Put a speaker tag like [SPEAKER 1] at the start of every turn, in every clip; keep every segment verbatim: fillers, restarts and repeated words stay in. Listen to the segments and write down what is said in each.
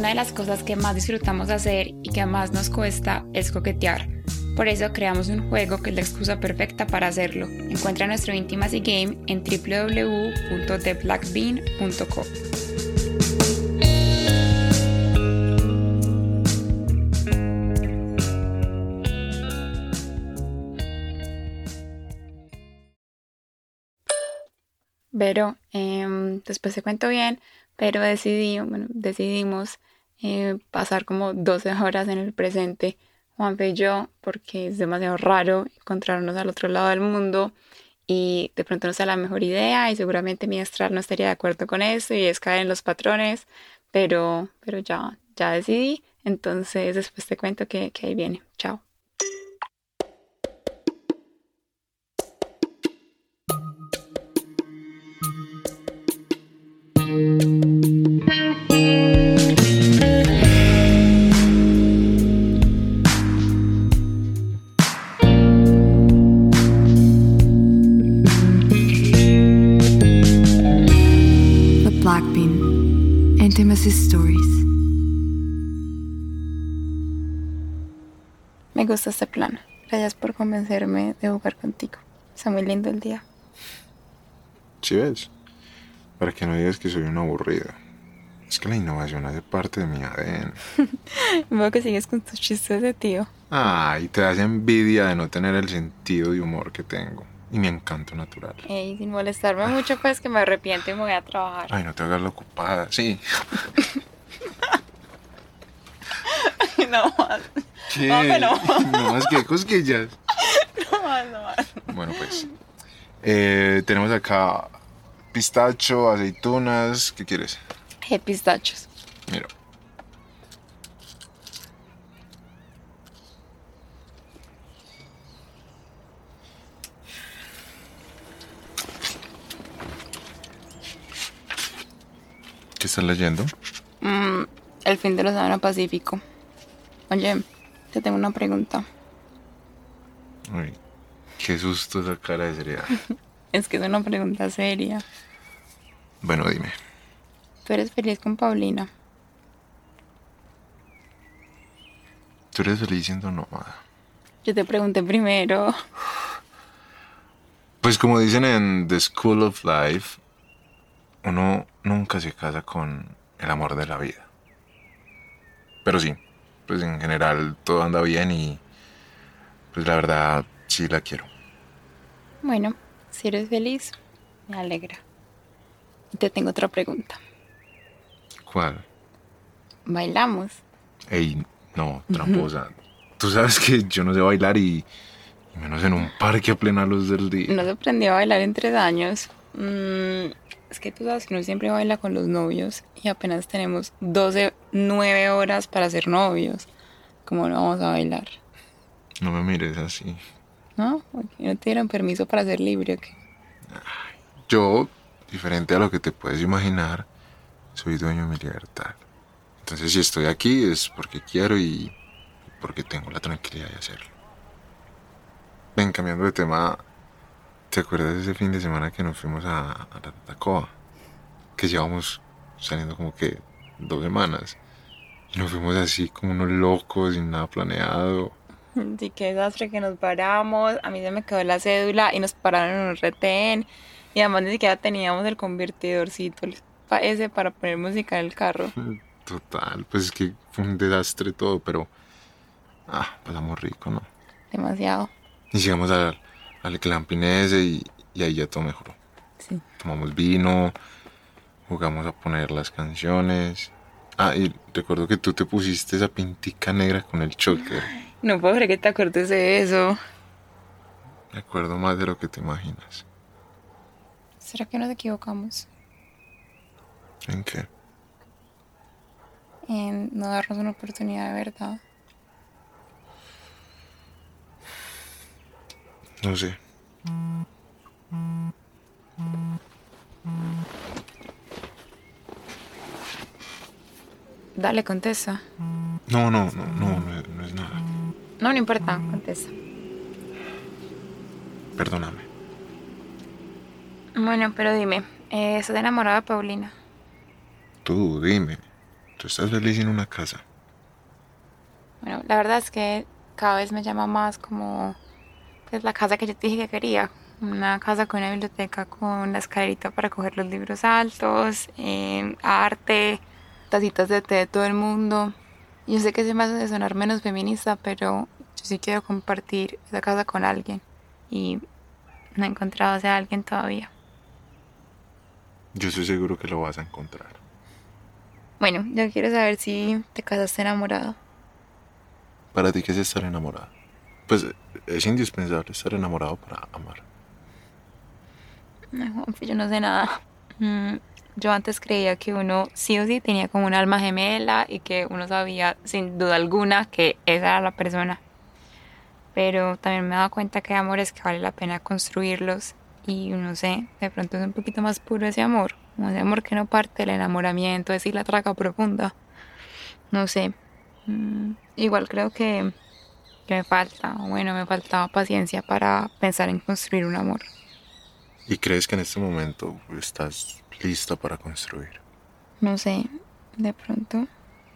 [SPEAKER 1] Una de las cosas que más disfrutamos hacer y que más nos cuesta es coquetear. Por eso creamos un juego que es la excusa perfecta para hacerlo. Encuentra nuestro Intimacy Game en w w w punto the black bean punto co. Pero eh, después te cuento bien, pero decidí, bueno, decidimos eh, pasar como doce horas en el presente, Juanfe y yo, porque es demasiado raro encontrarnos al otro lado del mundo y de pronto no sea la mejor idea y seguramente mi astral no estaría de acuerdo con eso y es caer en los patrones, pero, pero ya, ya decidí, entonces después te cuento que, que ahí viene. Chao.
[SPEAKER 2] Intimacy Stories.
[SPEAKER 1] Me gusta este plan. Gracias por convencerme de jugar contigo. Está muy lindo el día.
[SPEAKER 3] ¿Sí ves? Para que no digas que soy un aburrido. Es que la innovación hace parte de mi A D N.
[SPEAKER 1] Veo que sigues con tus chistes de tío.
[SPEAKER 3] Ay, te das envidia de no tener el sentido de humor que tengo. Y mi encanto natural.
[SPEAKER 1] Ey, sin molestarme mucho, pues que me arrepiento y me voy a trabajar.
[SPEAKER 3] Ay, no te hagas la ocupada, sí.
[SPEAKER 1] No más.
[SPEAKER 3] ¿Qué?
[SPEAKER 1] No, que no.
[SPEAKER 3] No más que cosquillas.
[SPEAKER 1] No más, no más.
[SPEAKER 3] Bueno, pues. Eh, tenemos acá pistacho, aceitunas. ¿Qué quieres?
[SPEAKER 1] Eh, pistachos.
[SPEAKER 3] Mira. ¿Qué estás leyendo?
[SPEAKER 1] Mm, el fin del Océano Pacífico. Oye, te tengo una pregunta.
[SPEAKER 3] Uy, qué susto esa cara de seriedad.
[SPEAKER 1] Es que es una pregunta seria.
[SPEAKER 3] Bueno, dime.
[SPEAKER 1] ¿Tú eres feliz con Paulina?
[SPEAKER 3] ¿Tú eres feliz siendo nómada?
[SPEAKER 1] Yo te pregunté primero.
[SPEAKER 3] Pues como dicen en The School of Life, uno nunca se casa con el amor de la vida. Pero sí, pues en general todo anda bien y pues la verdad sí la quiero.
[SPEAKER 1] Bueno, si eres feliz, me alegra. Y te tengo otra pregunta.
[SPEAKER 3] ¿Cuál?
[SPEAKER 1] ¿Bailamos?
[SPEAKER 3] Ey, no, tramposa. Tú sabes que yo no sé bailar y, y menos en un parque a plena luz del día.
[SPEAKER 1] No se aprendió a bailar en tres años. Mm, es que tú sabes que uno siempre baila con los novios y apenas tenemos doce, nueve horas para ser novios. ¿Cómo no vamos a bailar?
[SPEAKER 3] No me mires así.
[SPEAKER 1] ¿No? ¿No te dieron permiso para ser libre o qué?
[SPEAKER 3] Yo, diferente a lo que te puedes imaginar, soy dueño de mi libertad. Entonces si estoy aquí es porque quiero y porque tengo la tranquilidad de hacerlo. Ven, cambiando de tema, ¿te acuerdas de ese fin de semana que nos fuimos a, a la Tatacoa? Que llevamos saliendo como que dos semanas. Y nos fuimos así como unos locos, sin nada planeado.
[SPEAKER 1] Sí, qué desastre que nos paramos. A mí se me quedó la cédula y nos pararon en un retén. Y además ni siquiera teníamos el convertidorcito ese para poner música en el carro.
[SPEAKER 3] Total, pues es que fue un desastre todo, pero... Ah, pasamos rico, ¿no?
[SPEAKER 1] Demasiado.
[SPEAKER 3] Y llegamos al, al glamping ese y, y ahí ya todo mejoró.
[SPEAKER 1] Sí.
[SPEAKER 3] Tomamos vino, jugamos a poner las canciones. Ah, y recuerdo que tú te pusiste esa pintica negra con el choker.
[SPEAKER 1] No puedo creer que te acuerdes de eso.
[SPEAKER 3] Me acuerdo más de lo que te imaginas.
[SPEAKER 1] ¿Será que nos equivocamos?
[SPEAKER 3] ¿En qué?
[SPEAKER 1] En no darnos una oportunidad de verdad.
[SPEAKER 3] No sé.
[SPEAKER 1] Dale, contesta.
[SPEAKER 3] No, no, no, no, no, es- no es nada.
[SPEAKER 1] No, no importa, contesta.
[SPEAKER 3] Perdóname.
[SPEAKER 1] Bueno, pero dime, eh, ¿estás enamorada de Paulina?
[SPEAKER 3] Tú, dime. Tú estás feliz en una casa.
[SPEAKER 1] Bueno, la verdad es que cada vez me llama más como pues, la casa que yo te dije que quería. Una casa con una biblioteca, con la escalerita para coger los libros altos, eh, arte, tacitas de té de todo el mundo. Yo sé que se me hace sonar menos feminista, pero yo sí quiero compartir esa casa con alguien. Y no he encontrado a ese alguien todavía.
[SPEAKER 3] Yo estoy seguro que lo vas a encontrar.
[SPEAKER 1] Bueno, yo quiero saber si te casaste enamorado.
[SPEAKER 3] ¿Para ti qué es estar enamorado? Pues es indispensable estar enamorado para amar.
[SPEAKER 1] Ay, Juanfe, yo no sé nada. Mm, yo antes creía que uno sí o sí tenía como un alma gemela y que uno sabía sin duda alguna que esa era la persona. Pero también me he dado cuenta que hay amores que vale la pena construirlos y no sé, de pronto es un poquito más puro ese amor. Como ese amor que no parte del enamoramiento, es decir, la traga profunda. No sé. Mm, igual creo que, que me falta, bueno, me faltaba paciencia para pensar en construir un amor.
[SPEAKER 3] ¿Y crees que en este momento estás lista para construir?
[SPEAKER 1] No sé, de pronto.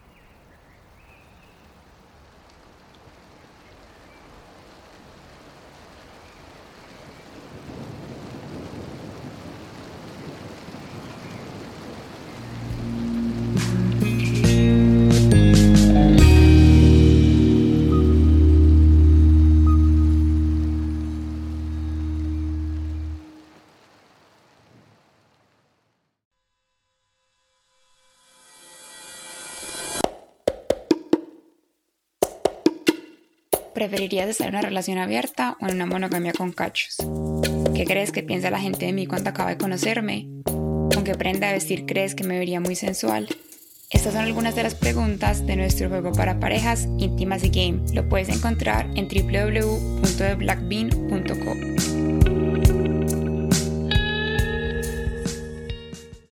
[SPEAKER 1] ¿Preferirías estar en una relación abierta o en una monogamia con cachos? ¿Qué crees que piensa la gente de mí cuando acaba de conocerme? ¿Con qué prenda de vestir crees que me vería muy sensual? Estas son algunas de las preguntas de nuestro juego para parejas Intimacy Game. Lo puedes encontrar en w w w punto the black bean punto co.